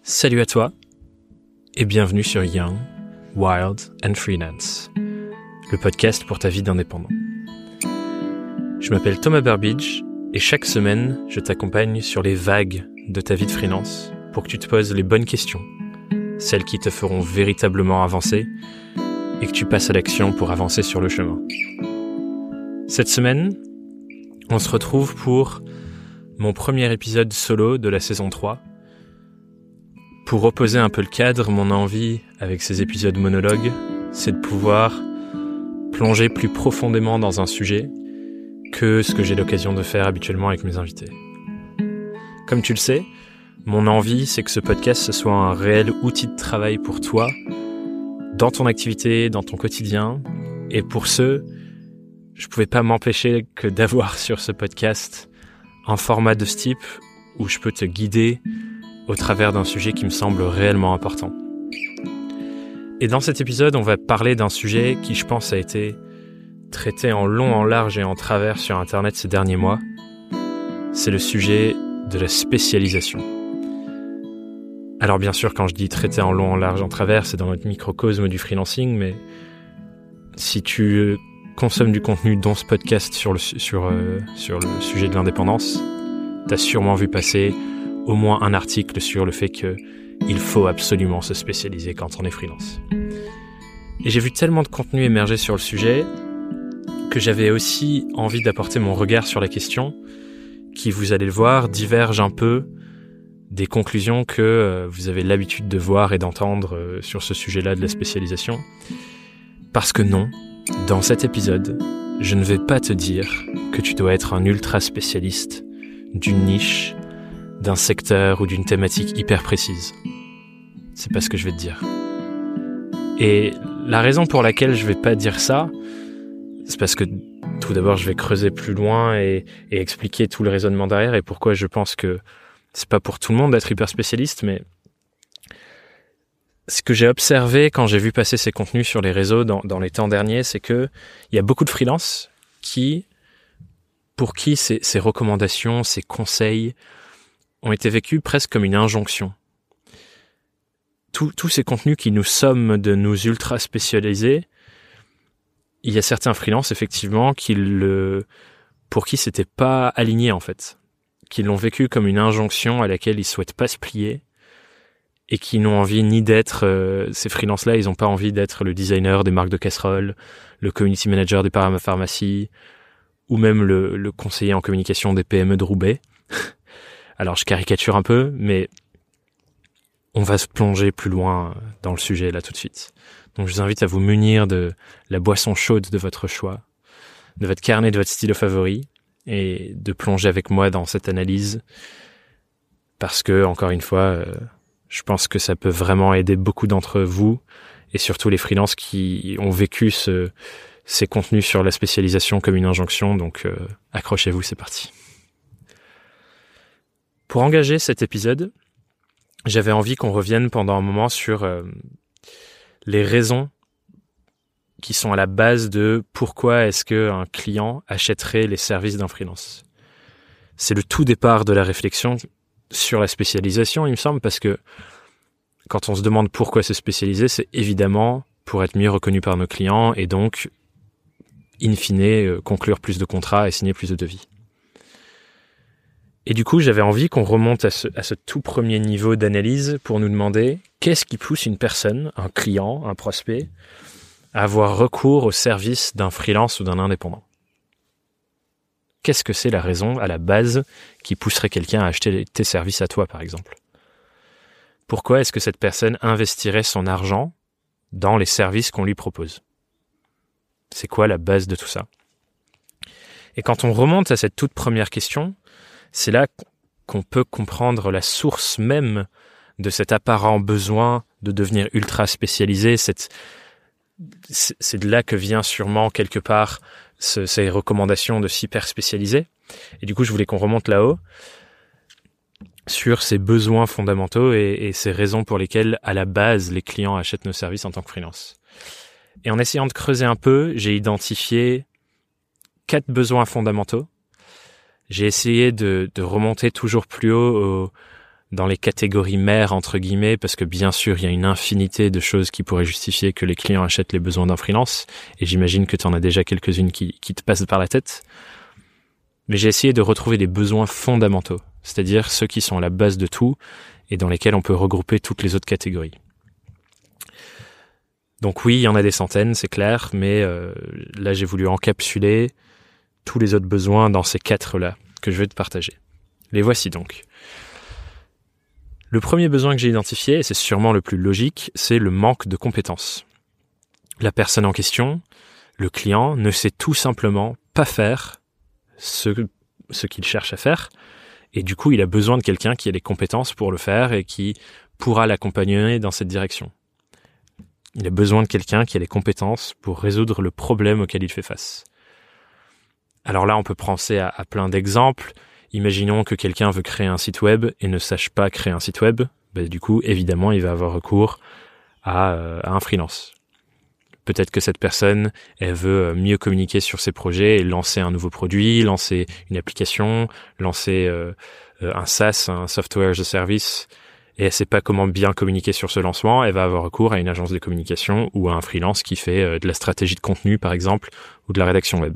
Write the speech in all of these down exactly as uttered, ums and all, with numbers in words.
Salut à toi et bienvenue sur Young, Wild and Freelance, le podcast pour ta vie d'indépendant. Je m'appelle Thomas Burbidge et chaque semaine, je t'accompagne sur les vagues de ta vie de freelance pour que tu te poses les bonnes questions, celles qui te feront véritablement avancer et que tu passes à l'action pour avancer sur le chemin. Cette semaine, on se retrouve pour mon premier épisode solo de la saison trois. Pour reposer un peu le cadre, mon envie avec ces épisodes monologues, c'est de pouvoir plonger plus profondément dans un sujet que ce que j'ai l'occasion de faire habituellement avec mes invités. Comme tu le sais, mon envie, c'est que ce podcast ce soit un réel outil de travail pour toi, dans ton activité, dans ton quotidien. Et pour ce, je pouvais pas m'empêcher que d'avoir sur ce podcast un format de ce type où je peux te guider au travers d'un sujet qui me semble réellement important. Et dans cet épisode, on va parler d'un sujet qui, je pense, a été traité en long, en large et en travers sur Internet ces derniers mois. C'est le sujet de la spécialisation. Alors bien sûr, quand je dis traité en long, en large, en travers, c'est dans notre microcosme du freelancing, mais si tu consommes du contenu dont ce podcast sur le, sur, euh, sur le sujet de l'indépendance, t'as sûrement vu passer au moins un article sur le fait qu'il faut absolument se spécialiser quand on est freelance. Et j'ai vu tellement de contenu émerger sur le sujet que j'avais aussi envie d'apporter mon regard sur la question qui, vous allez le voir, diverge un peu des conclusions que euh, vous avez l'habitude de voir et d'entendre euh, sur ce sujet-là de la spécialisation. Parce que non, dans cet épisode, je ne vais pas te dire que tu dois être un ultra spécialiste d'une niche, d'un secteur ou d'une thématique hyper précise. C'est pas ce que je vais te dire. Et la raison pour laquelle je vais pas dire ça, c'est parce que tout d'abord je vais creuser plus loin et, et expliquer tout le raisonnement derrière et pourquoi je pense que c'est pas pour tout le monde d'être hyper spécialiste, mais ce que j'ai observé quand j'ai vu passer ces contenus sur les réseaux dans, dans les temps derniers, c'est que il y a beaucoup de freelances qui, pour qui ces, ces recommandations, ces conseils ont été vécus presque comme une injonction. Tous, tous ces contenus qui nous somment de nous ultra spécialiser, il y a certains freelances effectivement qui le, pour qui c'était pas aligné en fait, qui l'ont vécu comme une injonction à laquelle ils souhaitent pas se plier et qui n'ont envie ni d'être euh, ces freelances-là, ils ont pas envie d'être le designer des marques de casseroles, le community manager des parapharmacies ou même le, le conseiller en communication des P M E de Roubaix. Alors je caricature un peu, mais on va se plonger plus loin dans le sujet là tout de suite. Donc je vous invite à vous munir de la boisson chaude de votre choix, de votre carnet de votre stylo favori, et de plonger avec moi dans cette analyse, parce que, encore une fois, euh, je pense que ça peut vraiment aider beaucoup d'entre vous, et surtout les freelances qui ont vécu ce, ces contenus sur la spécialisation comme une injonction, donc euh, accrochez-vous, c'est parti. Pour engager cet épisode, j'avais envie qu'on revienne pendant un moment sur euh, les raisons qui sont à la base de pourquoi est-ce qu'un client achèterait les services d'un freelance. C'est le tout départ de la réflexion sur la spécialisation, il me semble, parce que quand on se demande pourquoi se spécialiser, c'est évidemment pour être mieux reconnu par nos clients et donc, in fine, euh, conclure plus de contrats et signer plus de devis. Et du coup, j'avais envie qu'on remonte à ce, à ce tout premier niveau d'analyse pour nous demander qu'est-ce qui pousse une personne, un client, un prospect, à avoir recours au service d'un freelance ou d'un indépendant. Qu'est-ce que c'est la raison à la base qui pousserait quelqu'un à acheter tes services à toi, par exemple ? Pourquoi est-ce que cette personne investirait son argent dans les services qu'on lui propose ? C'est quoi la base de tout ça ? Et quand on remonte à cette toute première question, c'est là qu'on peut comprendre la source même de cet apparent besoin de devenir ultra spécialisé. Cette, c'est de là que vient sûrement quelque part ce, ces recommandations de s'hyper spécialiser. Et du coup, je voulais qu'on remonte là-haut sur ces besoins fondamentaux et, et ces raisons pour lesquelles, à la base, les clients achètent nos services en tant que freelance. Et en essayant de creuser un peu, j'ai identifié quatre besoins fondamentaux. J'ai essayé de, de remonter toujours plus haut au, dans les catégories mères, entre guillemets, parce que bien sûr, il y a une infinité de choses qui pourraient justifier que les clients achètent les besoins d'un freelance, et j'imagine que tu en as déjà quelques-unes qui, qui te passent par la tête. Mais j'ai essayé de retrouver des besoins fondamentaux, c'est-à-dire ceux qui sont à la base de tout, et dans lesquels on peut regrouper toutes les autres catégories. Donc oui, il y en a des centaines, c'est clair, mais euh, là, j'ai voulu encapsuler tous les autres besoins dans ces quatre-là que je vais te partager. Les voici donc. Le premier besoin que j'ai identifié, et c'est sûrement le plus logique, c'est le manque de compétences. La personne en question, le client, ne sait tout simplement pas faire ce, ce qu'il cherche à faire, et du coup, il a besoin de quelqu'un qui a les compétences pour le faire et qui pourra l'accompagner dans cette direction. Il a besoin de quelqu'un qui a les compétences pour résoudre le problème auquel il fait face. Alors là, on peut penser à, à plein d'exemples. Imaginons que quelqu'un veut créer un site web et ne sache pas créer un site web. Ben, du coup, évidemment, il va avoir recours à, euh, à un freelance. Peut-être que cette personne, elle veut mieux communiquer sur ses projets et lancer un nouveau produit, lancer une application, lancer euh, un SaaS, un Software as a Service, et elle sait pas comment bien communiquer sur ce lancement. Elle va avoir recours à une agence de communication ou à un freelance qui fait euh, de la stratégie de contenu, par exemple, ou de la rédaction web.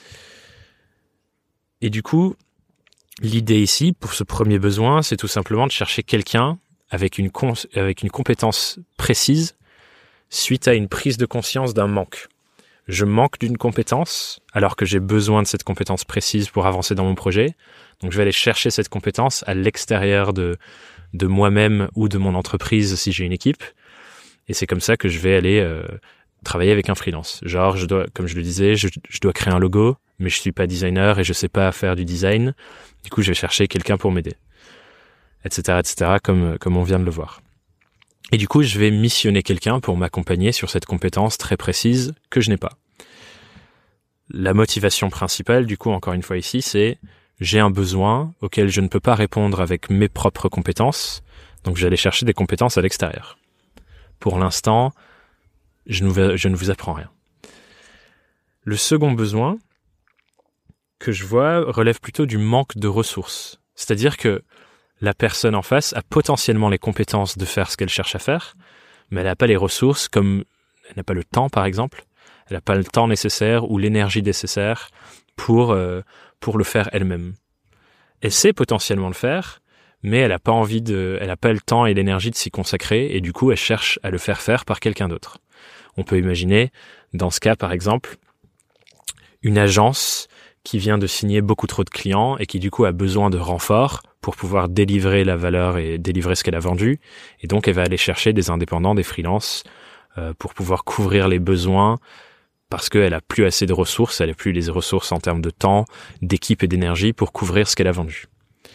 Et du coup, l'idée ici, pour ce premier besoin, c'est tout simplement de chercher quelqu'un avec une, cons- avec une compétence précise suite à une prise de conscience d'un manque. Je manque d'une compétence alors que j'ai besoin de cette compétence précise pour avancer dans mon projet. Donc je vais aller chercher cette compétence à l'extérieur de, de moi-même ou de mon entreprise si j'ai une équipe. Et c'est comme ça que je vais aller euh, travailler avec un freelance. Genre, je dois, comme je le disais, je, je dois créer un logo, mais je suis pas designer et je sais pas faire du design. Du coup, je vais chercher quelqu'un pour m'aider, et cetera, et cetera, comme, comme on vient de le voir. Et du coup, je vais missionner quelqu'un pour m'accompagner sur cette compétence très précise que je n'ai pas. La motivation principale, du coup, encore une fois ici, c'est j'ai un besoin auquel je ne peux pas répondre avec mes propres compétences, donc je vais aller chercher des compétences à l'extérieur. Pour l'instant, je ne vous, je ne vous apprends rien. Le second besoin que je vois relève plutôt du manque de ressources. C'est-à-dire que la personne en face a potentiellement les compétences de faire ce qu'elle cherche à faire, mais elle n'a pas les ressources, comme elle n'a pas le temps par exemple, elle n'a pas le temps nécessaire ou l'énergie nécessaire pour, euh, pour le faire elle-même. Elle sait potentiellement le faire, mais elle n'a pas envie de, elle n'a pas le temps et l'énergie de s'y consacrer, et du coup elle cherche à le faire faire par quelqu'un d'autre. On peut imaginer, dans ce cas par exemple, une agence qui vient de signer beaucoup trop de clients et qui du coup a besoin de renforts pour pouvoir délivrer la valeur et délivrer ce qu'elle a vendu. Et donc, elle va aller chercher des indépendants, des freelances, euh, pour pouvoir couvrir les besoins parce qu'elle a plus assez de ressources, elle a plus les ressources en termes de temps, d'équipe et d'énergie pour couvrir ce qu'elle a vendu.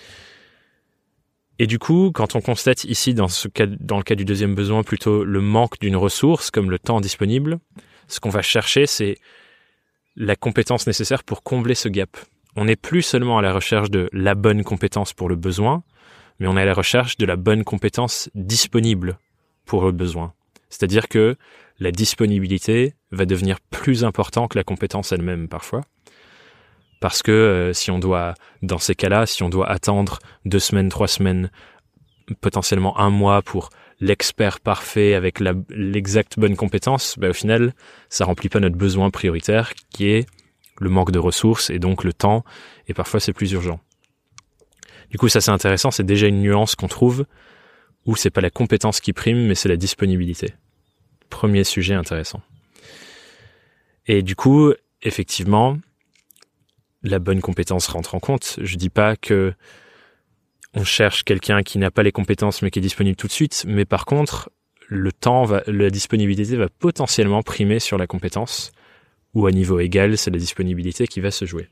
Et du coup, quand on constate ici, dans ce cas, dans le cas du deuxième besoin, plutôt le manque d'une ressource, comme le temps disponible, ce qu'on va chercher, c'est la compétence nécessaire pour combler ce gap. On n'est plus seulement à la recherche de la bonne compétence pour le besoin, mais on est à la recherche de la bonne compétence disponible pour le besoin. C'est-à-dire que la disponibilité va devenir plus importante que la compétence elle-même parfois. Parce que euh, si on doit, dans ces cas-là, si on doit attendre deux semaines, trois semaines, potentiellement un mois pour l'expert parfait avec la, l'exacte bonne compétence, bah, au final, ça remplit pas notre besoin prioritaire qui est le manque de ressources et donc le temps, et parfois c'est plus urgent. Du coup, ça c'est intéressant, c'est déjà une nuance qu'on trouve où c'est pas la compétence qui prime, mais c'est la disponibilité. Premier sujet intéressant. Et du coup, effectivement, la bonne compétence rentre en compte. Je dis pas que on cherche quelqu'un qui n'a pas les compétences mais qui est disponible tout de suite, mais par contre, le temps va, la disponibilité va potentiellement primer sur la compétence, ou à niveau égal, c'est la disponibilité qui va se jouer.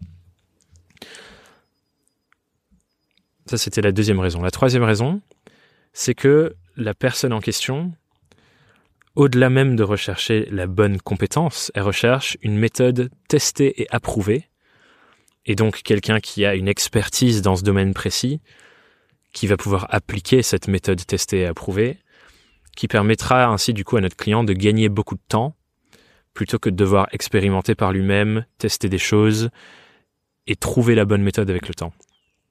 Ça, c'était la deuxième raison. La troisième raison, c'est que la personne en question, au-delà même de rechercher la bonne compétence, elle recherche une méthode testée et approuvée, et donc quelqu'un qui a une expertise dans ce domaine précis, qui va pouvoir appliquer cette méthode testée et approuvée, qui permettra ainsi du coup à notre client de gagner beaucoup de temps, plutôt que de devoir expérimenter par lui-même, tester des choses et trouver la bonne méthode avec le temps.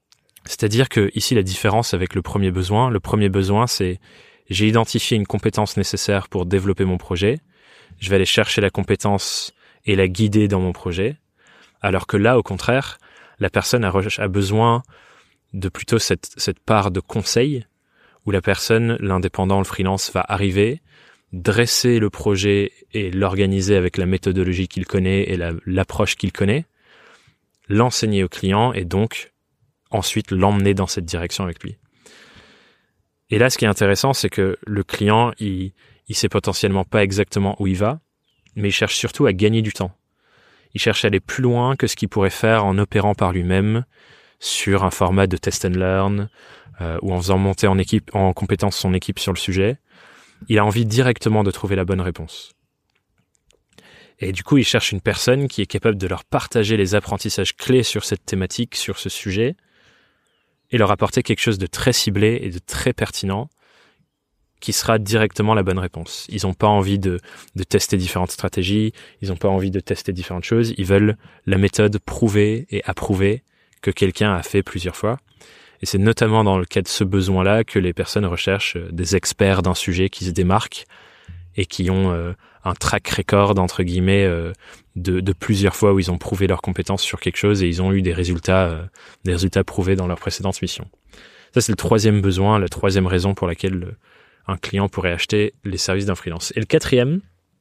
C'est-à-dire que ici, la différence avec le premier besoin, le premier besoin, c'est j'ai identifié une compétence nécessaire pour développer mon projet. Je vais aller chercher la compétence et la guider dans mon projet. Alors que là, au contraire, la personne a, a besoin de plutôt cette, cette part de conseil où la personne, l'indépendant, le freelance, va arriver, dresser le projet et l'organiser avec la méthodologie qu'il connaît et la, l'approche qu'il connaît, l'enseigner au client et donc ensuite l'emmener dans cette direction avec lui. Et là, ce qui est intéressant, c'est que le client, il, il sait potentiellement pas exactement où il va, mais il cherche surtout à gagner du temps. Il cherche à aller plus loin que ce qu'il pourrait faire en opérant par lui-même sur un format de test and learn euh, ou en faisant monter en équipe, en compétence son équipe sur le sujet. Il a envie directement de trouver la bonne réponse. Et du coup, il cherche une personne qui est capable de leur partager les apprentissages clés sur cette thématique, sur ce sujet, et leur apporter quelque chose de très ciblé et de très pertinent qui sera directement la bonne réponse. Ils n'ont pas envie de, de tester différentes stratégies, ils n'ont pas envie de tester différentes choses, ils veulent la méthode prouvée et approuvée que quelqu'un a fait plusieurs fois. Et c'est notamment dans le cas de ce besoin-là que les personnes recherchent des experts d'un sujet qui se démarquent et qui ont euh, un track record, entre guillemets, euh, de, de plusieurs fois où ils ont prouvé leurs compétences sur quelque chose et ils ont eu des résultats, euh, des résultats prouvés dans leur précédente mission. Ça, c'est le troisième besoin, la troisième raison pour laquelle le, un client pourrait acheter les services d'un freelance. Et le quatrième,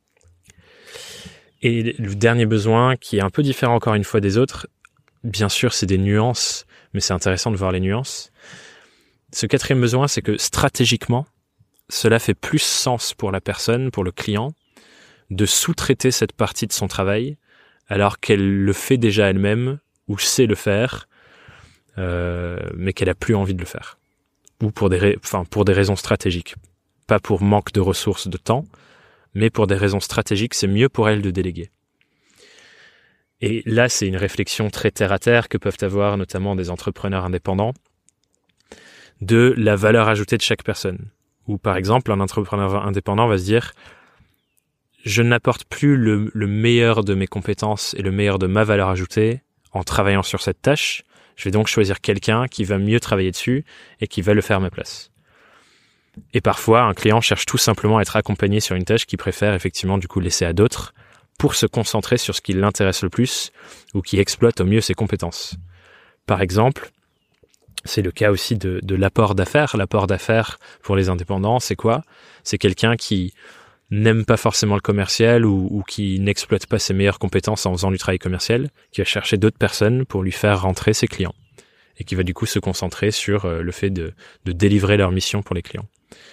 et le dernier besoin, qui est un peu différent encore une fois des autres, bien sûr, c'est des nuances, mais c'est intéressant de voir les nuances. Ce quatrième besoin, c'est que stratégiquement, cela fait plus sens pour la personne, pour le client, de sous-traiter cette partie de son travail alors qu'elle le fait déjà elle-même ou sait le faire, euh, mais qu'elle a plus envie de le faire. Ou pour des, ra- enfin, pour des raisons stratégiques. Pas pour manque de ressources, de temps, mais pour des raisons stratégiques, c'est mieux pour elle de déléguer. Et là, c'est une réflexion très terre-à-terre que peuvent avoir notamment des entrepreneurs indépendants de la valeur ajoutée de chaque personne. Ou par exemple, un entrepreneur indépendant va se dire « Je n'apporte plus le, le meilleur de mes compétences et le meilleur de ma valeur ajoutée en travaillant sur cette tâche. Je vais donc choisir quelqu'un qui va mieux travailler dessus et qui va le faire à ma place. » Et parfois, un client cherche tout simplement à être accompagné sur une tâche qu'il préfère effectivement du coup laisser à d'autres pour se concentrer sur ce qui l'intéresse le plus ou qui exploite au mieux ses compétences. Par exemple, c'est le cas aussi de, de l'apport d'affaires. L'apport d'affaires pour les indépendants, c'est quoi ? C'est quelqu'un qui n'aime pas forcément le commercial ou, ou qui n'exploite pas ses meilleures compétences en faisant du travail commercial, qui va chercher d'autres personnes pour lui faire rentrer ses clients et qui va du coup se concentrer sur euh, le fait de, de délivrer leur mission pour les clients.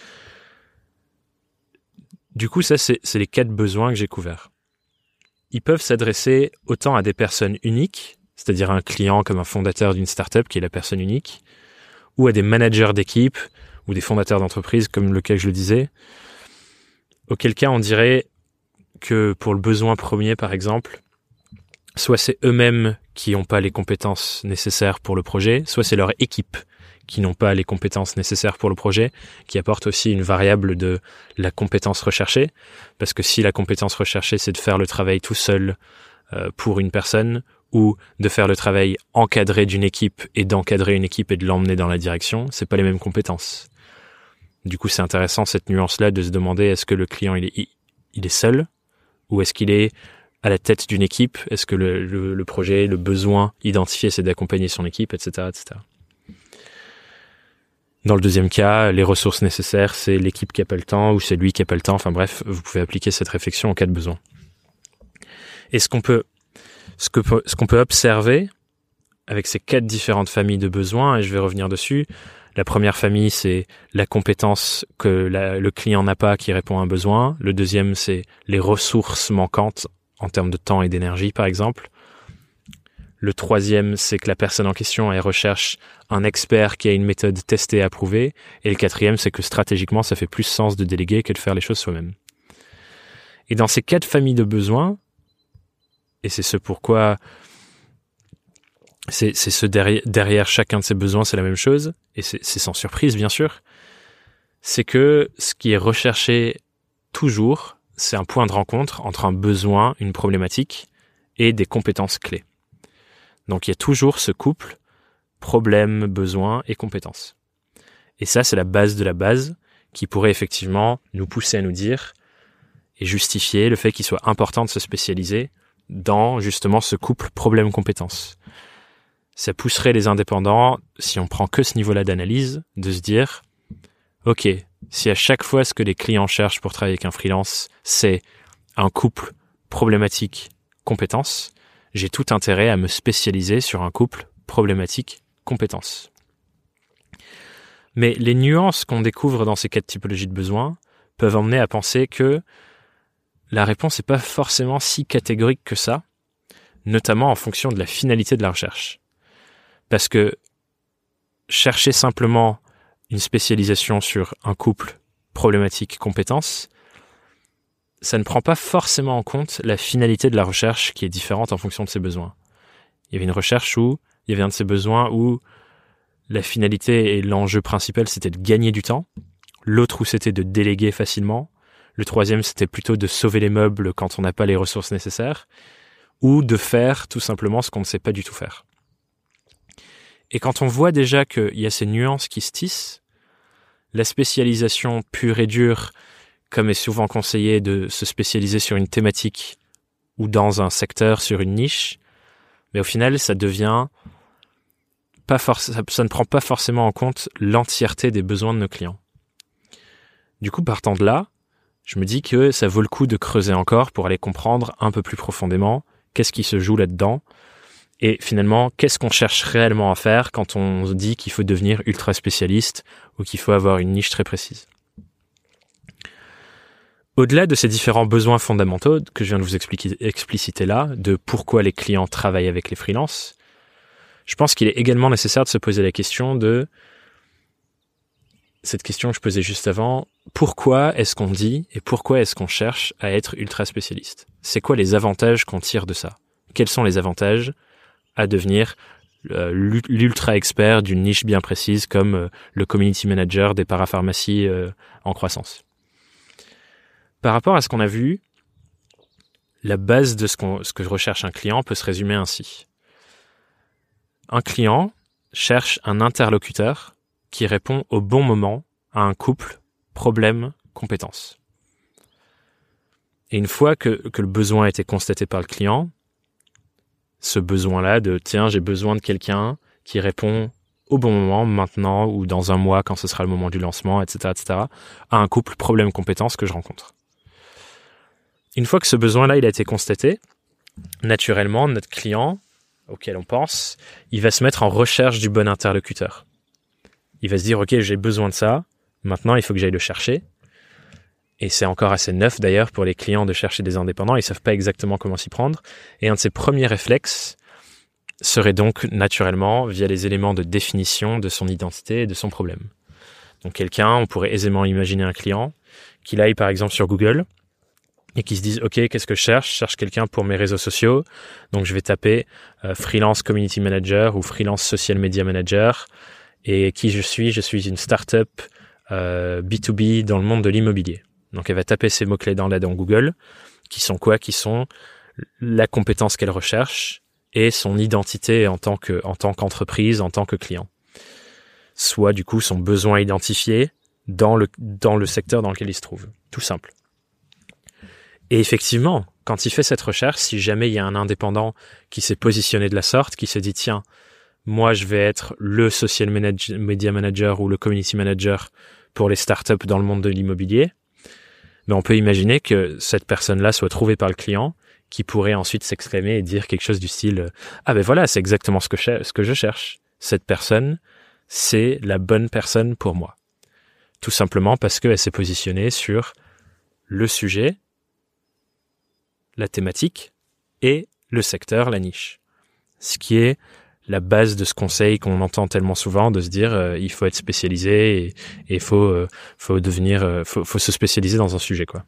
Du coup, ça, c'est, c'est les quatre besoins que j'ai couverts. Ils peuvent s'adresser autant à des personnes uniques, c'est-à-dire un client comme un fondateur d'une startup qui est la personne unique, ou à des managers d'équipe ou des fondateurs d'entreprise comme lequel je le disais, auquel cas on dirait que pour le besoin premier par exemple, soit c'est eux-mêmes qui n'ont pas les compétences nécessaires pour le projet, soit c'est leur équipe qui n'ont pas les compétences nécessaires pour le projet, qui apporte aussi une variable de la compétence recherchée, parce que si la compétence recherchée c'est de faire le travail tout seul euh, pour une personne, ou de faire le travail encadré d'une équipe et d'encadrer une équipe et de l'emmener dans la direction, c'est pas les mêmes compétences. Du coup, c'est intéressant cette nuance-là de se demander est-ce que le client il est, il est seul ou est-ce qu'il est à la tête d'une équipe ? Est-ce que le, le, le projet, le besoin identifié, c'est d'accompagner son équipe, et cetera, et cetera. Dans le deuxième cas, les ressources nécessaires, c'est l'équipe qui n'a pas le temps ou c'est lui qui n'a pas le temps. Enfin bref, vous pouvez appliquer cette réflexion en cas de besoin. Et ce qu'on peut, ce que, ce qu'on peut observer avec ces quatre différentes familles de besoins, et je vais revenir dessus, la première famille, c'est la compétence que la, le client n'a pas qui répond à un besoin. Le deuxième, c'est les ressources manquantes en termes de temps et d'énergie, par exemple. Le troisième, c'est que la personne en question, elle recherche un expert qui a une méthode testée et approuvée. Et le quatrième, c'est que stratégiquement, ça fait plus sens de déléguer que de faire les choses soi-même. Et dans ces quatre familles de besoins, et c'est ce pourquoi, c'est, c'est ce derrière, derrière chacun de ces besoins, c'est la même chose, et c'est, c'est sans surprise, bien sûr, c'est que ce qui est recherché toujours, c'est un point de rencontre entre un besoin, une problématique, et des compétences clés. Donc il y a toujours ce couple problème, besoin et compétences. Et ça, c'est la base de la base qui pourrait effectivement nous pousser à nous dire et justifier le fait qu'il soit important de se spécialiser dans justement ce couple problème-compétence. Ça pousserait les indépendants, si on prend que ce niveau-là d'analyse, de se dire « Ok, si à chaque fois ce que les clients cherchent pour travailler avec un freelance, c'est un couple problématique-compétence, j'ai tout intérêt à me spécialiser sur un couple problématique-compétence. » Mais les nuances qu'on découvre dans ces quatre typologies de besoins peuvent emmener à penser que la réponse n'est pas forcément si catégorique que ça, notamment en fonction de la finalité de la recherche. Parce que chercher simplement une spécialisation sur un couple problématique-compétence, ça ne prend pas forcément en compte la finalité de la recherche qui est différente en fonction de ses besoins. Il y avait une recherche où il y avait un de ces besoins où la finalité et l'enjeu principal, c'était de gagner du temps. L'autre où c'était de déléguer facilement. Le troisième, c'était plutôt de sauver les meubles quand on n'a pas les ressources nécessaires. Ou de faire tout simplement ce qu'on ne sait pas du tout faire. Et quand on voit déjà qu'il y a ces nuances qui se tissent, la spécialisation pure et dure, comme est souvent conseillé de se spécialiser sur une thématique ou dans un secteur, sur une niche, mais au final, ça devient pas forc- ça ne prend pas forcément en compte l'entièreté des besoins de nos clients. Du coup, partant de là, je me dis que ça vaut le coup de creuser encore pour aller comprendre un peu plus profondément qu'est-ce qui se joue là-dedans et finalement, qu'est-ce qu'on cherche réellement à faire quand on dit qu'il faut devenir ultra spécialiste ou qu'il faut avoir une niche très précise. Au-delà de ces différents besoins fondamentaux que je viens de vous expliquer, expliciter là, de pourquoi les clients travaillent avec les freelances, je pense qu'il est également nécessaire de se poser la question de cette question que je posais juste avant, pourquoi est-ce qu'on dit et pourquoi est-ce qu'on cherche à être ultra spécialiste ? C'est quoi les avantages qu'on tire de ça ? Quels sont les avantages à devenir euh, l'ultra expert d'une niche bien précise comme euh, le community manager des parapharmacies euh, en croissance ? Par rapport à ce qu'on a vu, la base de ce, qu'on, ce que recherche un client peut se résumer ainsi. Un client cherche un interlocuteur qui répond au bon moment à un couple problème-compétence. Et une fois que, que le besoin a été constaté par le client, ce besoin-là de « tiens, j'ai besoin de quelqu'un qui répond au bon moment, maintenant ou dans un mois quand ce sera le moment du lancement, et cetera, et cetera, à un couple problème-compétence que je rencontre. » Une fois que ce besoin-là il a été constaté, naturellement, notre client, auquel on pense, il va se mettre en recherche du bon interlocuteur. Il va se dire « Ok, j'ai besoin de ça, maintenant il faut que j'aille le chercher. » Et c'est encore assez neuf d'ailleurs pour les clients de chercher des indépendants, ils ne savent pas exactement comment s'y prendre. Et un de ses premiers réflexes serait donc naturellement via les éléments de définition de son identité et de son problème. Donc quelqu'un, on pourrait aisément imaginer un client, qu'il aille par exemple sur Google, et qui se disent « Ok, qu'est-ce que je cherche ? Je cherche quelqu'un pour mes réseaux sociaux. Donc, je vais taper euh, freelance community manager ou freelance social media manager. Et qui je suis ? Je suis une start-up euh, B deux B dans le monde de l'immobilier. » Donc, elle va taper ces mots-clés dans, là, dans Google, qui sont quoi ? Qui sont la compétence qu'elle recherche et son identité en tant que, en tant qu'entreprise, en tant que client. Soit, du coup, son besoin identifié dans le, dans le secteur dans lequel il se trouve. Tout simple. Et effectivement, quand il fait cette recherche, si jamais il y a un indépendant qui s'est positionné de la sorte, qui se dit « Tiens, moi je vais être le social manage- media manager ou le community manager pour les startups dans le monde de l'immobilier », mais on peut imaginer que cette personne-là soit trouvée par le client, qui pourrait ensuite s'exclamer et dire quelque chose du style « Ah ben voilà, c'est exactement ce que, je, ce que je cherche. Cette personne, c'est la bonne personne pour moi. » Tout simplement parce qu'elle s'est positionnée sur le sujet, la thématique et le secteur, la niche. Ce qui est la base de ce conseil qu'on entend tellement souvent, de se dire euh, il faut être spécialisé et il faut, euh, faut devenir, euh, faut, faut se spécialiser dans un sujet, quoi.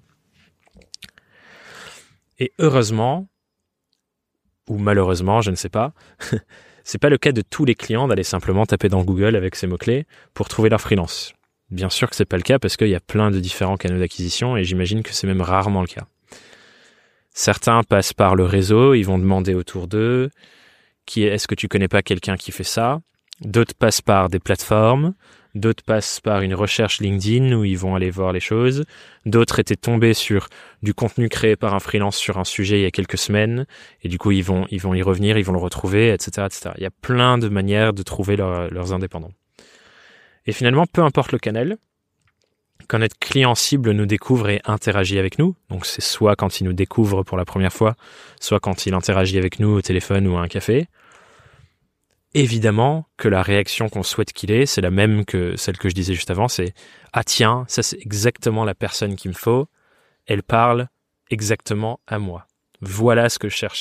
Et heureusement, ou malheureusement, je ne sais pas, c'est pas le cas de tous les clients d'aller simplement taper dans Google avec ces mots-clés pour trouver leur freelance. Bien sûr que c'est pas le cas parce qu'il y a plein de différents canaux d'acquisition et j'imagine que c'est même rarement le cas. Certains passent par le réseau, ils vont demander autour d'eux, qui est, est-ce que tu connais pas quelqu'un qui fait ça ? D'autres passent par des plateformes. D'autres passent par une recherche LinkedIn où ils vont aller voir les choses. D'autres étaient tombés sur du contenu créé par un freelance sur un sujet il y a quelques semaines. Et du coup, ils vont, ils vont y revenir, ils vont le retrouver, et cetera, et cetera. Il y a plein de manières de trouver leur, leurs indépendants. Et finalement, peu importe le canal, quand notre client cible nous découvre et interagit avec nous, donc c'est soit quand il nous découvre pour la première fois, soit quand il interagit avec nous au téléphone ou à un café, évidemment que la réaction qu'on souhaite qu'il ait, c'est la même que celle que je disais juste avant, c'est « Ah tiens, ça c'est exactement la personne qu'il me faut, elle parle exactement à moi. Voilà ce que je cherchais. »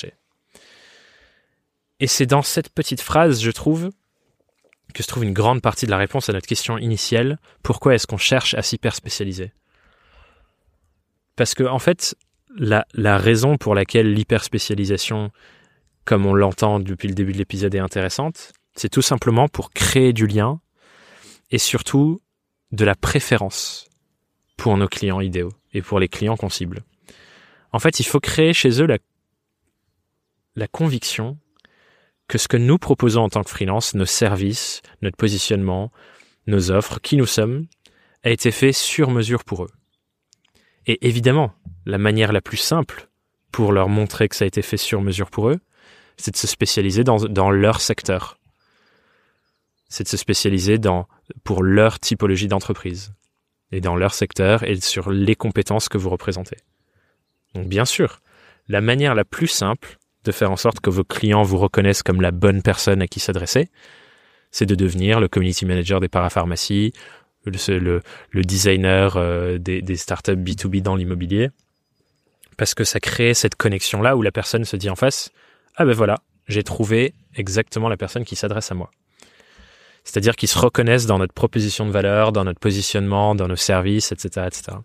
Et c'est dans cette petite phrase, je trouve, que se trouve une grande partie de la réponse à notre question initiale, pourquoi est-ce qu'on cherche à s'hyper spécialiser ? Parce que, en fait, la, la raison pour laquelle l'hyperspécialisation, comme on l'entend depuis le début de l'épisode, est intéressante, c'est tout simplement pour créer du lien et surtout de la préférence pour nos clients idéaux et pour les clients qu'on cible. En fait, il faut créer chez eux la, la conviction que ce que nous proposons en tant que freelance, nos services, notre positionnement, nos offres, qui nous sommes, a été fait sur mesure pour eux. Et évidemment, la manière la plus simple pour leur montrer que ça a été fait sur mesure pour eux, c'est de se spécialiser dans, dans leur secteur. C'est de se spécialiser dans, pour leur typologie d'entreprise et dans leur secteur et sur les compétences que vous représentez. Donc bien sûr, la manière la plus simple de faire en sorte que vos clients vous reconnaissent comme la bonne personne à qui s'adresser, c'est de devenir le community manager des parapharmacies, le, le, le designer euh, des, des startups B deux B dans l'immobilier, parce que ça crée cette connexion-là où la personne se dit en face « Ah ben voilà, j'ai trouvé exactement la personne qui s'adresse à moi. » C'est-à-dire qu'ils se reconnaissent dans notre proposition de valeur, dans notre positionnement, dans nos services, et cetera, et cetera.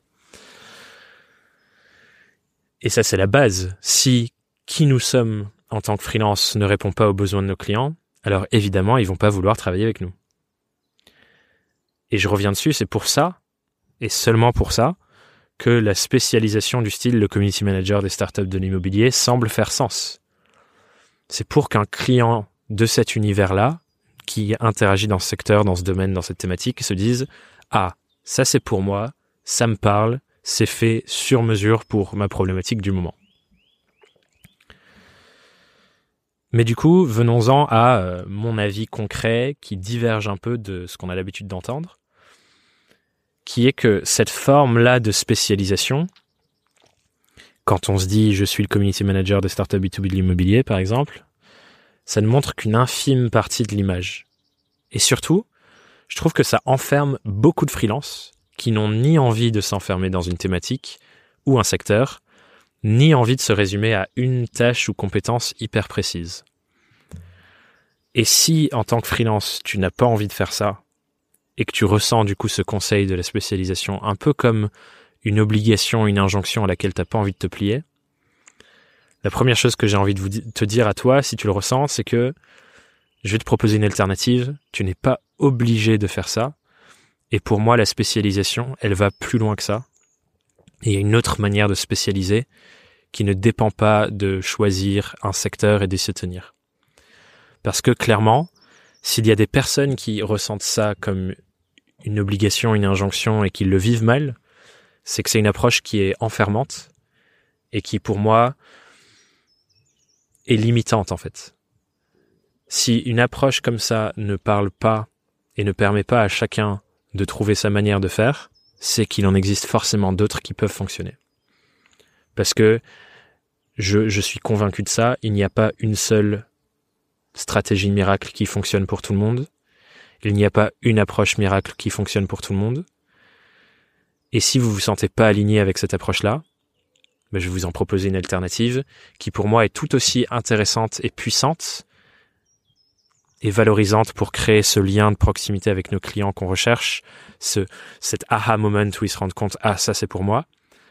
Et ça, c'est la base. Si qui nous sommes en tant que freelance ne répond pas aux besoins de nos clients, alors évidemment, ils vont pas vouloir travailler avec nous. Et je reviens dessus, c'est pour ça, et seulement pour ça, que la spécialisation du style le community manager des startups de l'immobilier semble faire sens. C'est pour qu'un client de cet univers-là, qui interagit dans ce secteur, dans ce domaine, dans cette thématique, se dise « Ah, ça c'est pour moi, ça me parle, c'est fait sur mesure pour ma problématique du moment. » Mais du coup, venons-en à euh, mon avis concret qui diverge un peu de ce qu'on a l'habitude d'entendre, qui est que cette forme-là de spécialisation, quand on se dit « je suis le community manager de startup B deux B de l'immobilier » par exemple, ça ne montre qu'une infime partie de l'image. Et surtout, je trouve que ça enferme beaucoup de freelances qui n'ont ni envie de s'enfermer dans une thématique ou un secteur, ni envie de se résumer à une tâche ou compétence hyper précise. Et si, en tant que freelance, tu n'as pas envie de faire ça, et que tu ressens du coup ce conseil de la spécialisation un peu comme une obligation, une injonction à laquelle tu n'as pas envie de te plier, la première chose que j'ai envie de vous di- te dire à toi, si tu le ressens, c'est que je vais te proposer une alternative. Tu n'es pas obligé de faire ça. Et pour moi, la spécialisation, elle va plus loin que ça. Et il y a une autre manière de spécialiser qui ne dépend pas de choisir un secteur et d'y se tenir. Parce que clairement, s'il y a des personnes qui ressentent ça comme une obligation, une injonction et qui le vivent mal, c'est que c'est une approche qui est enfermante et qui, pour moi, est limitante en fait. Si une approche comme ça ne parle pas et ne permet pas à chacun de trouver sa manière de faire, c'est qu'il en existe forcément d'autres qui peuvent fonctionner. Parce que je, je suis convaincu de ça, il n'y a pas une seule stratégie miracle qui fonctionne pour tout le monde, il n'y a pas une approche miracle qui fonctionne pour tout le monde, et si vous vous sentez pas aligné avec cette approche-là, ben je vais vous en proposer une alternative qui pour moi est tout aussi intéressante et puissante et valorisante pour créer ce lien de proximité avec nos clients qu'on recherche, ce, cet aha moment où ils se rendent compte « Ah, ça c'est pour moi ».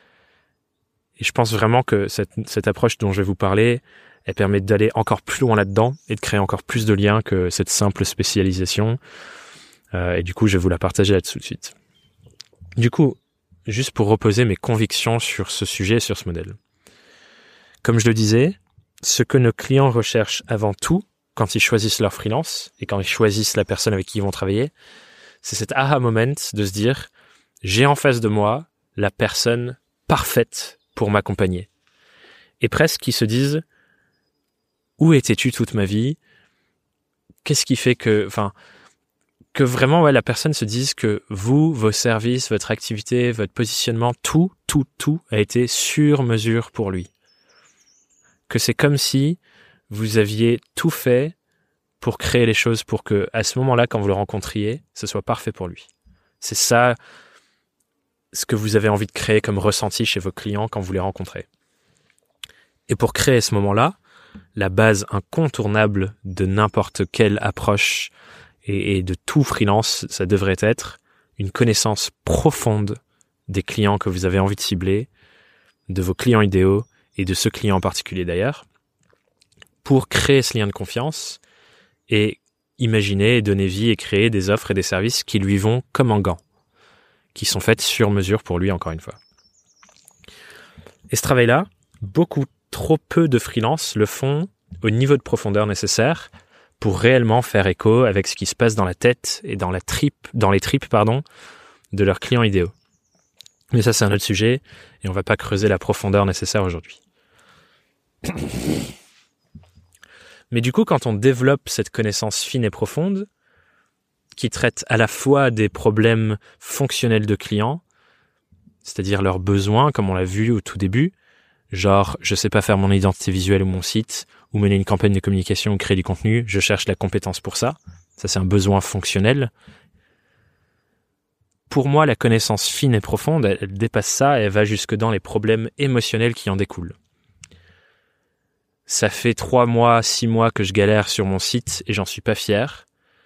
Et je pense vraiment que cette, cette approche dont je vais vous parler, elle permet d'aller encore plus loin là-dedans et de créer encore plus de liens que cette simple spécialisation. Euh, et du coup, je vais vous la partager là tout de suite. Du coup, juste pour reposer mes convictions sur ce sujet, sur ce modèle. Comme je le disais, ce que nos clients recherchent avant tout quand ils choisissent leur freelance et quand ils choisissent la personne avec qui ils vont travailler, c'est cet aha moment de se dire « j'ai en face de moi la personne parfaite pour m'accompagner ». Et presque ils se disent « où étais-tu toute ma vie ? Qu'est-ce qui fait que... » enfin, que vraiment ouais, la personne se dise que vous, vos services, votre activité, votre positionnement, tout, tout, tout a été sur mesure pour lui. Que c'est comme si vous aviez tout fait pour créer les choses pour que, à ce moment-là, quand vous le rencontriez, ce soit parfait pour lui. C'est ça ce que vous avez envie de créer comme ressenti chez vos clients quand vous les rencontrez. Et pour créer ce moment-là, la base incontournable de n'importe quelle approche et, et de tout freelance, ça devrait être une connaissance profonde des clients que vous avez envie de cibler, de vos clients idéaux et de ce client en particulier d'ailleurs, pour créer ce lien de confiance et imaginer et donner vie et créer des offres et des services qui lui vont comme en gants, qui sont faites sur mesure pour lui encore une fois. Et ce travail-là, beaucoup trop peu de freelance le font au niveau de profondeur nécessaire pour réellement faire écho avec ce qui se passe dans la tête et dans la tripe, dans les tripes pardon, de leurs clients idéaux. Mais ça, c'est un autre sujet et on va pas creuser la profondeur nécessaire aujourd'hui. Mais du coup, quand on développe cette connaissance fine et profonde, qui traite à la fois des problèmes fonctionnels de clients, c'est-à-dire leurs besoins, comme on l'a vu au tout début, genre, je sais pas faire mon identité visuelle ou mon site, ou mener une campagne de communication ou créer du contenu, je cherche la compétence pour ça. Ça, c'est un besoin fonctionnel. Pour moi, la connaissance fine et profonde, elle, elle dépasse ça et elle va jusque dans les problèmes émotionnels qui en découlent. Ça fait trois mois, six mois que je galère sur mon site et j'en suis pas fier.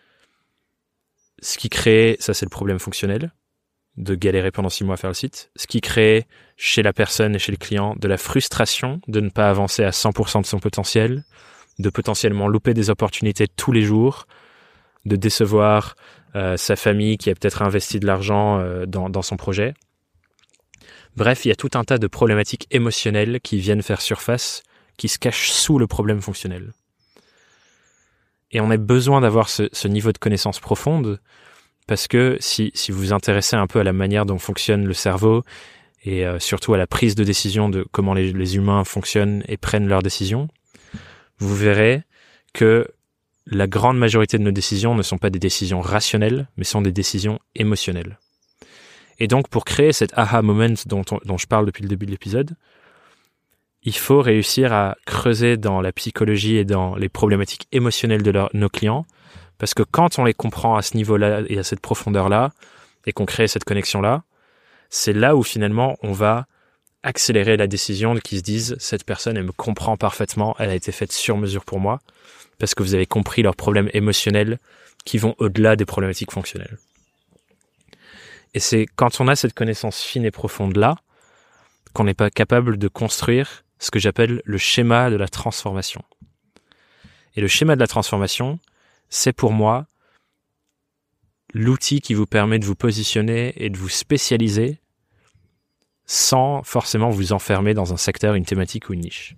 Ce qui crée, ça c'est le problème fonctionnel, de galérer pendant six mois à faire le site. Ce qui crée chez la personne et chez le client de la frustration de ne pas avancer à cent pour cent de son potentiel, de potentiellement louper des opportunités tous les jours, de décevoir euh, sa famille qui a peut-être investi de l'argent euh, dans, dans son projet. Bref, il y a tout un tas de problématiques émotionnelles qui viennent faire surface, qui se cachent sous le problème fonctionnel. Et on a besoin d'avoir ce, ce niveau de connaissance profonde parce que si, si vous vous intéressez un peu à la manière dont fonctionne le cerveau et euh, surtout à la prise de décision de comment les, les humains fonctionnent et prennent leurs décisions, vous verrez que la grande majorité de nos décisions ne sont pas des décisions rationnelles, mais sont des décisions émotionnelles. Et donc, pour créer cet aha moment dont, on, dont je parle depuis le début de l'épisode, il faut réussir à creuser dans la psychologie et dans les problématiques émotionnelles de leur, nos clients, parce que quand on les comprend à ce niveau-là et à cette profondeur-là, et qu'on crée cette connexion-là, c'est là où finalement on va accélérer la décision, qu'ils se disent « cette personne, elle me comprend parfaitement, elle a été faite sur mesure pour moi », parce que vous avez compris leurs problèmes émotionnels qui vont au-delà des problématiques fonctionnelles. Et c'est quand on a cette connaissance fine et profonde-là qu'on n'est pas capable de construire ce que j'appelle le schéma de la transformation. Et le schéma de la transformation, c'est pour moi l'outil qui vous permet de vous positionner et de vous spécialiser sans forcément vous enfermer dans un secteur, une thématique ou une niche.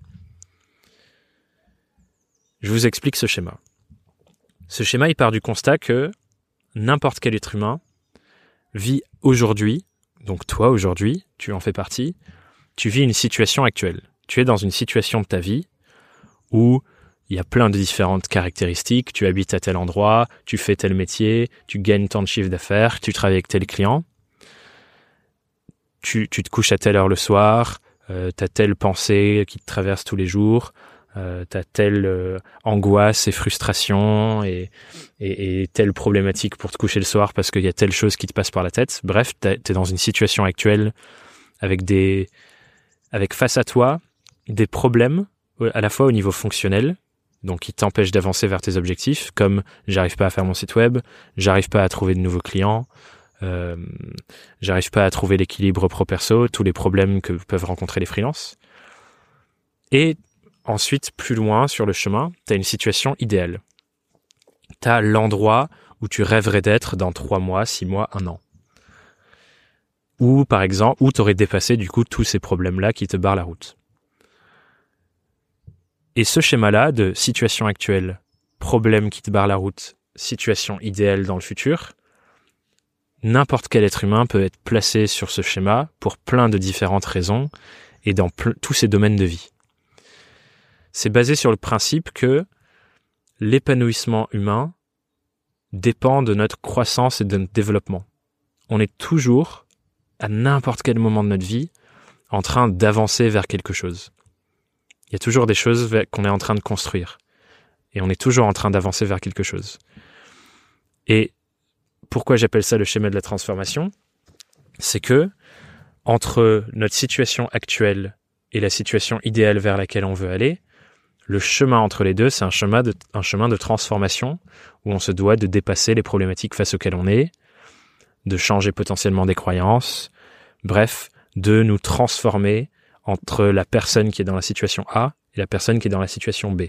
Je vous explique ce schéma. Ce schéma, il part du constat que n'importe quel être humain vit aujourd'hui, donc toi aujourd'hui, tu en fais partie, tu vis une situation actuelle. Tu es dans une situation de ta vie où il y a plein de différentes caractéristiques. Tu habites à tel endroit, tu fais tel métier, tu gagnes tant de chiffre d'affaires, tu travailles avec tel client. Tu, tu te couches à telle heure le soir, euh, tu as telle pensée qui te traverse tous les jours, euh, tu as telle euh, angoisse et frustration et, et, et telle problématique pour te coucher le soir parce qu'il y a telle chose qui te passe par la tête. Bref, tu es dans une situation actuelle avec des... avec face à toi des problèmes à la fois au niveau fonctionnel, donc qui t'empêchent d'avancer vers tes objectifs, comme j'arrive pas à faire mon site web, j'arrive pas à trouver de nouveaux clients, euh, j'arrive pas à trouver l'équilibre pro-perso, tous les problèmes que peuvent rencontrer les freelances. Et ensuite, plus loin sur le chemin, tu as une situation idéale. Tu as l'endroit où tu rêverais d'être dans trois mois, six mois, un an. Ou par exemple, où tu aurais dépassé du coup tous ces problèmes-là qui te barrent la route. Et ce schéma-là de situation actuelle, problème qui te barre la route, situation idéale dans le futur, n'importe quel être humain peut être placé sur ce schéma pour plein de différentes raisons et dans ple- tous ces domaines de vie. C'est basé sur le principe que l'épanouissement humain dépend de notre croissance et de notre développement. On est toujours, à n'importe quel moment de notre vie, en train d'avancer vers quelque chose. Il y a toujours des choses qu'on est en train de construire. Et on est toujours en train d'avancer vers quelque chose. Et pourquoi j'appelle ça le schéma de la transformation ? C'est que, entre notre situation actuelle et la situation idéale vers laquelle on veut aller, le chemin entre les deux, c'est un chemin de, un chemin de transformation où on se doit de dépasser les problématiques face auxquelles on est, de changer potentiellement des croyances, bref, de nous transformer entre la personne qui est dans la situation A et la personne qui est dans la situation B.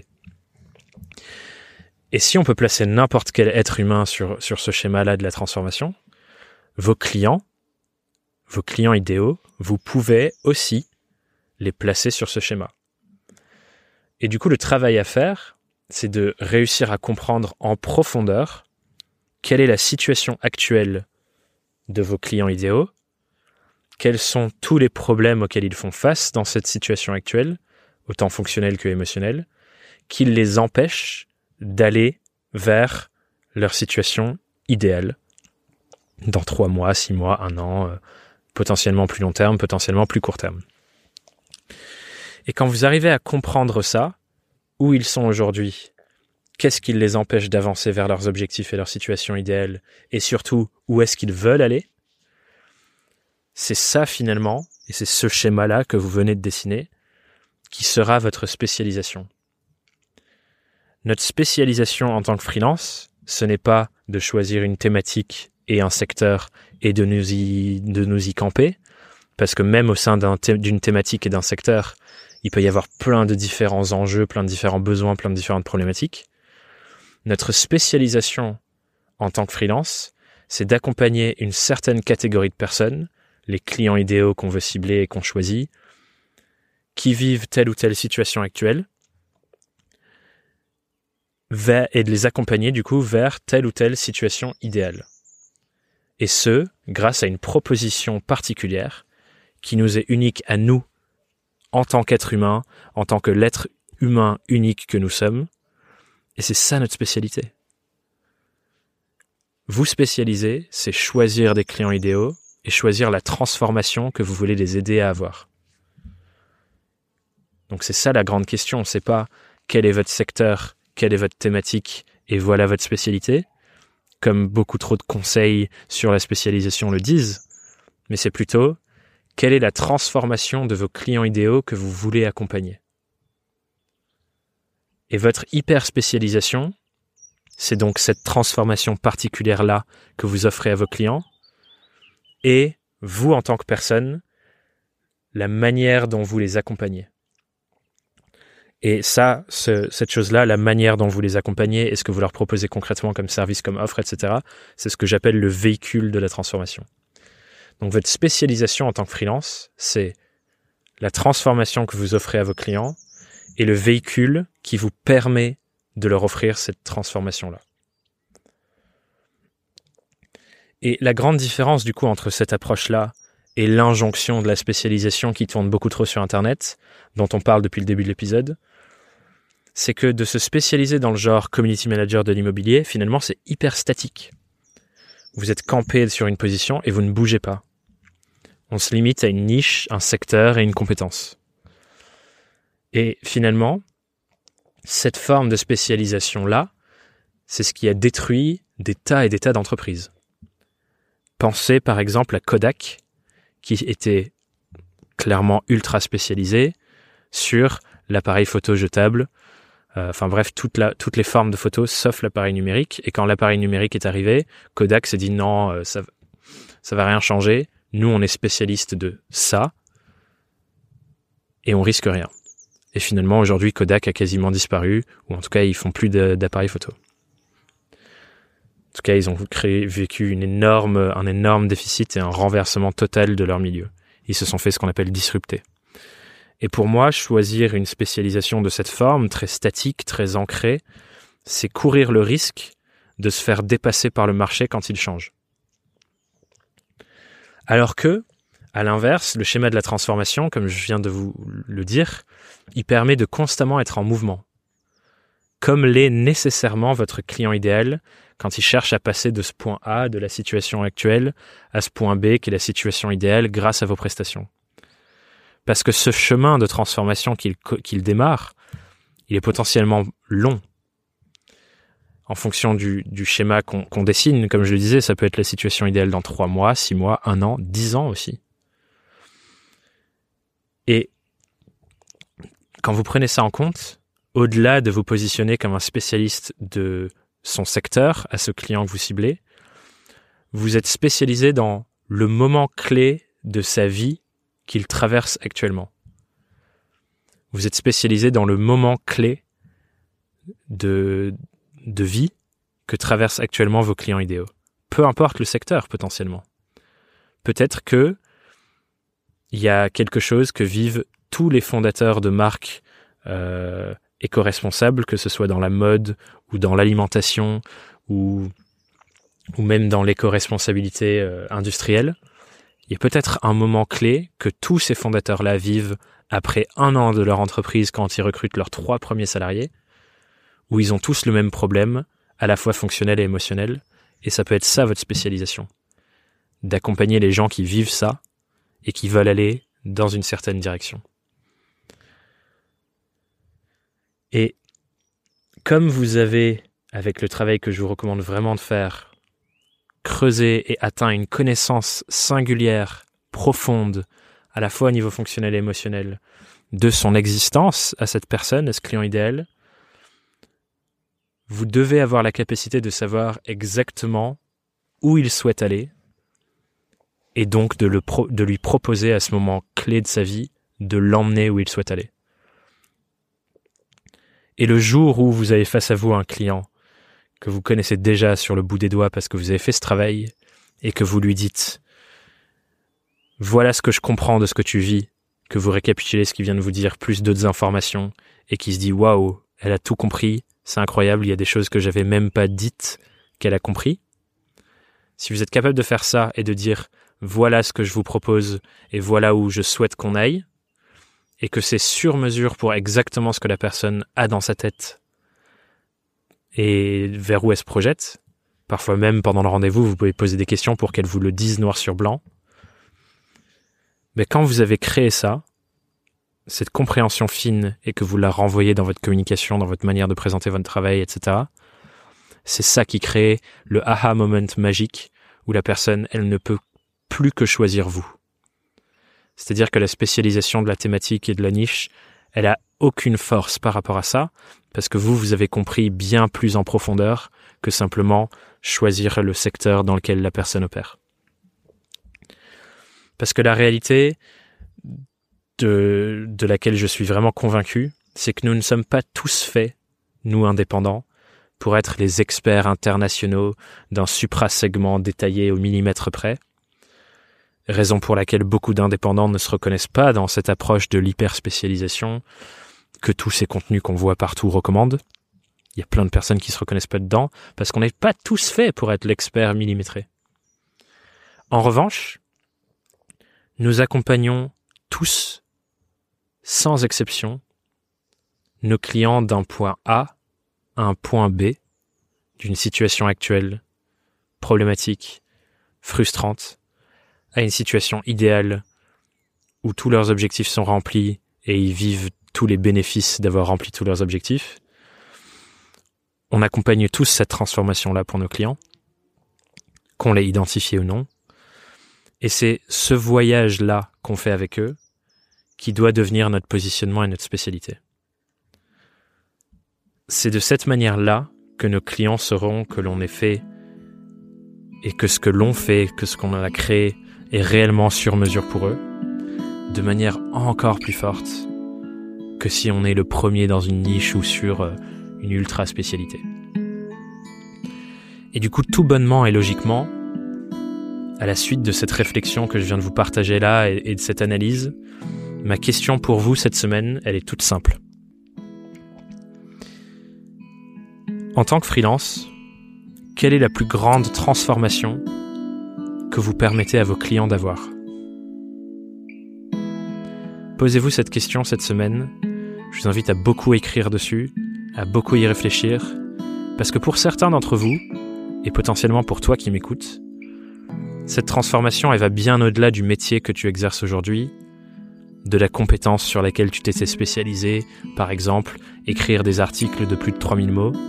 Et si on peut placer n'importe quel être humain sur, sur ce schéma-là de la transformation, vos clients, vos clients idéaux, vous pouvez aussi les placer sur ce schéma. Et du coup, le travail à faire, c'est de réussir à comprendre en profondeur quelle est la situation actuelle de vos clients idéaux, quels sont tous les problèmes auxquels ils font face dans cette situation actuelle, autant fonctionnelle que émotionnelle, qui les empêchent d'aller vers leur situation idéale dans trois mois, six mois, un an, euh, potentiellement plus long terme, potentiellement plus court terme. Et quand vous arrivez à comprendre ça, où ils sont aujourd'hui, qu'est-ce qui les empêche d'avancer vers leurs objectifs et leur situation idéale, et surtout, où est-ce qu'ils veulent aller, c'est ça finalement, et c'est ce schéma-là que vous venez de dessiner, qui sera votre spécialisation. Notre spécialisation en tant que freelance, ce n'est pas de choisir une thématique et un secteur et de nous y, de nous y camper, parce que même au sein d'un thé- d'une thématique et d'un secteur, il peut y avoir plein de différents enjeux, plein de différents besoins, plein de différentes problématiques. Notre spécialisation en tant que freelance, c'est d'accompagner une certaine catégorie de personnes, les clients idéaux qu'on veut cibler et qu'on choisit, qui vivent telle ou telle situation actuelle, vers, et de les accompagner du coup vers telle ou telle situation idéale. Et ce, grâce à une proposition particulière qui nous est unique à nous en tant qu'être humain, en tant que l'être humain unique que nous sommes. Et c'est ça notre spécialité. Vous spécialiser, c'est choisir des clients idéaux et choisir la transformation que vous voulez les aider à avoir. Donc c'est ça la grande question, c'est pas quel est votre secteur, quelle est votre thématique et voilà votre spécialité, comme beaucoup trop de conseils sur la spécialisation le disent, mais c'est plutôt quelle est la transformation de vos clients idéaux que vous voulez accompagner. Et votre hyper spécialisation, c'est donc cette transformation particulière-là que vous offrez à vos clients et vous en tant que personne, la manière dont vous les accompagnez. Et ça, ce, cette chose-là, la manière dont vous les accompagnez et ce que vous leur proposez concrètement comme service, comme offre, et cetera, c'est ce que j'appelle le véhicule de la transformation. Donc votre spécialisation en tant que freelance, c'est la transformation que vous offrez à vos clients et le véhicule qui vous permet de leur offrir cette transformation-là. Et la grande différence du coup entre cette approche-là et l'injonction de la spécialisation qui tourne beaucoup trop sur Internet, dont on parle depuis le début de l'épisode, c'est que de se spécialiser dans le genre community manager de l'immobilier, finalement, c'est hyper statique. Vous êtes campé sur une position et vous ne bougez pas. On se limite à une niche, un secteur et une compétence. Et finalement, cette forme de spécialisation-là, c'est ce qui a détruit des tas et des tas d'entreprises. Pensez par exemple à Kodak, qui était clairement ultra spécialisé sur l'appareil photo jetable, euh, enfin bref, toute la, toutes les formes de photos sauf l'appareil numérique. Et quand l'appareil numérique est arrivé, Kodak s'est dit non, euh, ça, ça va rien changer. Nous, on est spécialiste de ça et on risque rien. Et finalement, aujourd'hui, Kodak a quasiment disparu, ou en tout cas, ils font plus de, d'appareils photo. En tout cas, ils ont créé, vécu une énorme, un énorme déficit et un renversement total de leur milieu. Ils se sont fait ce qu'on appelle disrupter. Et pour moi, choisir une spécialisation de cette forme, très statique, très ancrée, c'est courir le risque de se faire dépasser par le marché quand il change. Alors que, à l'inverse, le schéma de la transformation, comme je viens de vous le dire, il permet de constamment être en mouvement, comme l'est nécessairement votre client idéal quand il cherche à passer de ce point A, de la situation actuelle, à ce point B, qui est la situation idéale, grâce à vos prestations. Parce que ce chemin de transformation qu'il, qu'il démarre, il est potentiellement long. En fonction du, du schéma qu'on, qu'on dessine, comme je le disais, ça peut être la situation idéale dans trois mois, six mois, un an, dix ans aussi. Et quand vous prenez ça en compte, au-delà de vous positionner comme un spécialiste de son secteur à ce client que vous ciblez, vous êtes spécialisé dans le moment clé de sa vie qu'il traverse actuellement. Vous êtes spécialisé dans le moment clé de, de vie que traversent actuellement vos clients idéaux. Peu importe le secteur, potentiellement. Peut-être que il y a quelque chose que vivent tous les fondateurs de marques euh, éco-responsables, que ce soit dans la mode ou dans l'alimentation ou, ou même dans l'éco-responsabilité euh, industrielle. Il y a peut-être un moment clé que tous ces fondateurs-là vivent après un an de leur entreprise quand ils recrutent leurs trois premiers salariés, où ils ont tous le même problème, à la fois fonctionnel et émotionnel, et ça peut être ça votre spécialisation. D'accompagner les gens qui vivent ça et qui veulent aller dans une certaine direction. Et comme vous avez, avec le travail que je vous recommande vraiment de faire, creusé et atteint une connaissance singulière, profonde, à la fois au niveau fonctionnel et émotionnel, de son existence à cette personne, à ce client idéal, vous devez avoir la capacité de savoir exactement où il souhaite aller et donc de, le pro- de lui proposer à ce moment clé de sa vie de l'emmener où il souhaite aller. Et le jour où vous avez face à vous un client que vous connaissez déjà sur le bout des doigts parce que vous avez fait ce travail et que vous lui dites « Voilà ce que je comprends de ce que tu vis », que vous récapitulez ce qu'il vient de vous dire, plus d'autres informations, et qui se dit « Waouh, elle a tout compris, c'est incroyable, il y a des choses que j'avais même pas dites qu'elle a compris ». Si vous êtes capable de faire ça et de dire « Voilà ce que je vous propose et voilà où je souhaite qu'on aille », et que c'est sur mesure pour exactement ce que la personne a dans sa tête et vers où elle se projette. Parfois même pendant le rendez-vous, vous pouvez poser des questions pour qu'elle vous le dise noir sur blanc. Mais quand vous avez créé ça, cette compréhension fine et que vous la renvoyez dans votre communication, dans votre manière de présenter votre travail, et cetera, c'est ça qui crée le aha moment magique où la personne, elle ne peut plus que choisir vous. C'est-à-dire que la spécialisation de la thématique et de la niche, elle a aucune force par rapport à ça, parce que vous, vous avez compris bien plus en profondeur que simplement choisir le secteur dans lequel la personne opère. Parce que la réalité de, de laquelle je suis vraiment convaincu, c'est que nous ne sommes pas tous faits, nous indépendants, pour être les experts internationaux d'un supra-segment détaillé au millimètre près. Raison pour laquelle beaucoup d'indépendants ne se reconnaissent pas dans cette approche de l'hyper-spécialisation que tous ces contenus qu'on voit partout recommandent. Il y a plein de personnes qui ne se reconnaissent pas dedans parce qu'on n'est pas tous faits pour être l'expert millimétré. En revanche, nous accompagnons tous, sans exception, nos clients d'un point A à un point B, d'une situation actuelle, problématique, frustrante, à une situation idéale où tous leurs objectifs sont remplis et ils vivent tous les bénéfices d'avoir rempli tous leurs objectifs. On accompagne tous cette transformation-là pour nos clients, qu'on l'ait identifié ou non. Et c'est ce voyage-là qu'on fait avec eux qui doit devenir notre positionnement et notre spécialité. C'est de cette manière-là que nos clients sauront que l'on est fait et que ce que l'on fait, que ce qu'on a créé est réellement sur mesure pour eux, de manière encore plus forte que si on est le premier dans une niche ou sur une ultra spécialité. Et du coup, tout bonnement et logiquement, à la suite de cette réflexion que je viens de vous partager là et de cette analyse, ma question pour vous cette semaine, elle est toute simple. En tant que freelance, quelle est la plus grande transformation que vous permettez à vos clients d'avoir ? Posez-vous cette question cette semaine. Je vous invite à beaucoup écrire dessus, à beaucoup y réfléchir, parce que pour certains d'entre vous, et potentiellement pour toi qui m'écoutes, cette transformation, elle va bien au-delà du métier que tu exerces aujourd'hui, de la compétence sur laquelle tu t'étais spécialisé, par exemple, écrire des articles de plus de trois mille mots.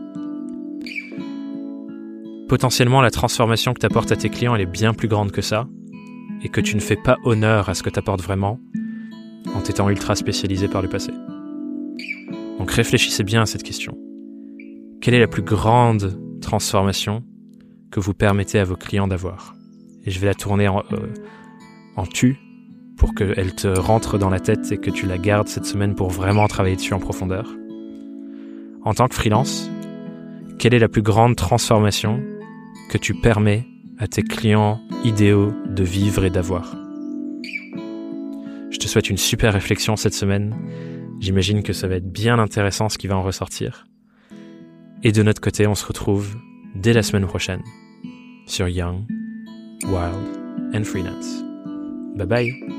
Potentiellement, la transformation que tu apportes à tes clients, elle est bien plus grande que ça, et que tu ne fais pas honneur à ce que tu apportes vraiment en t'étant ultra spécialisé par le passé. Donc réfléchissez bien à cette question. Quelle est la plus grande transformation que vous permettez à vos clients d'avoir ? Et je vais la tourner en, euh, en tu pour qu'elle te rentre dans la tête et que tu la gardes cette semaine pour vraiment travailler dessus en profondeur. En tant que freelance, quelle est la plus grande transformation que tu permets à tes clients idéaux de vivre et d'avoir ? Je te souhaite une super réflexion cette semaine. J'imagine que ça va être bien intéressant ce qui va en ressortir. Et de notre côté, on se retrouve dès la semaine prochaine sur Young, Wild and Freelance. Bye bye.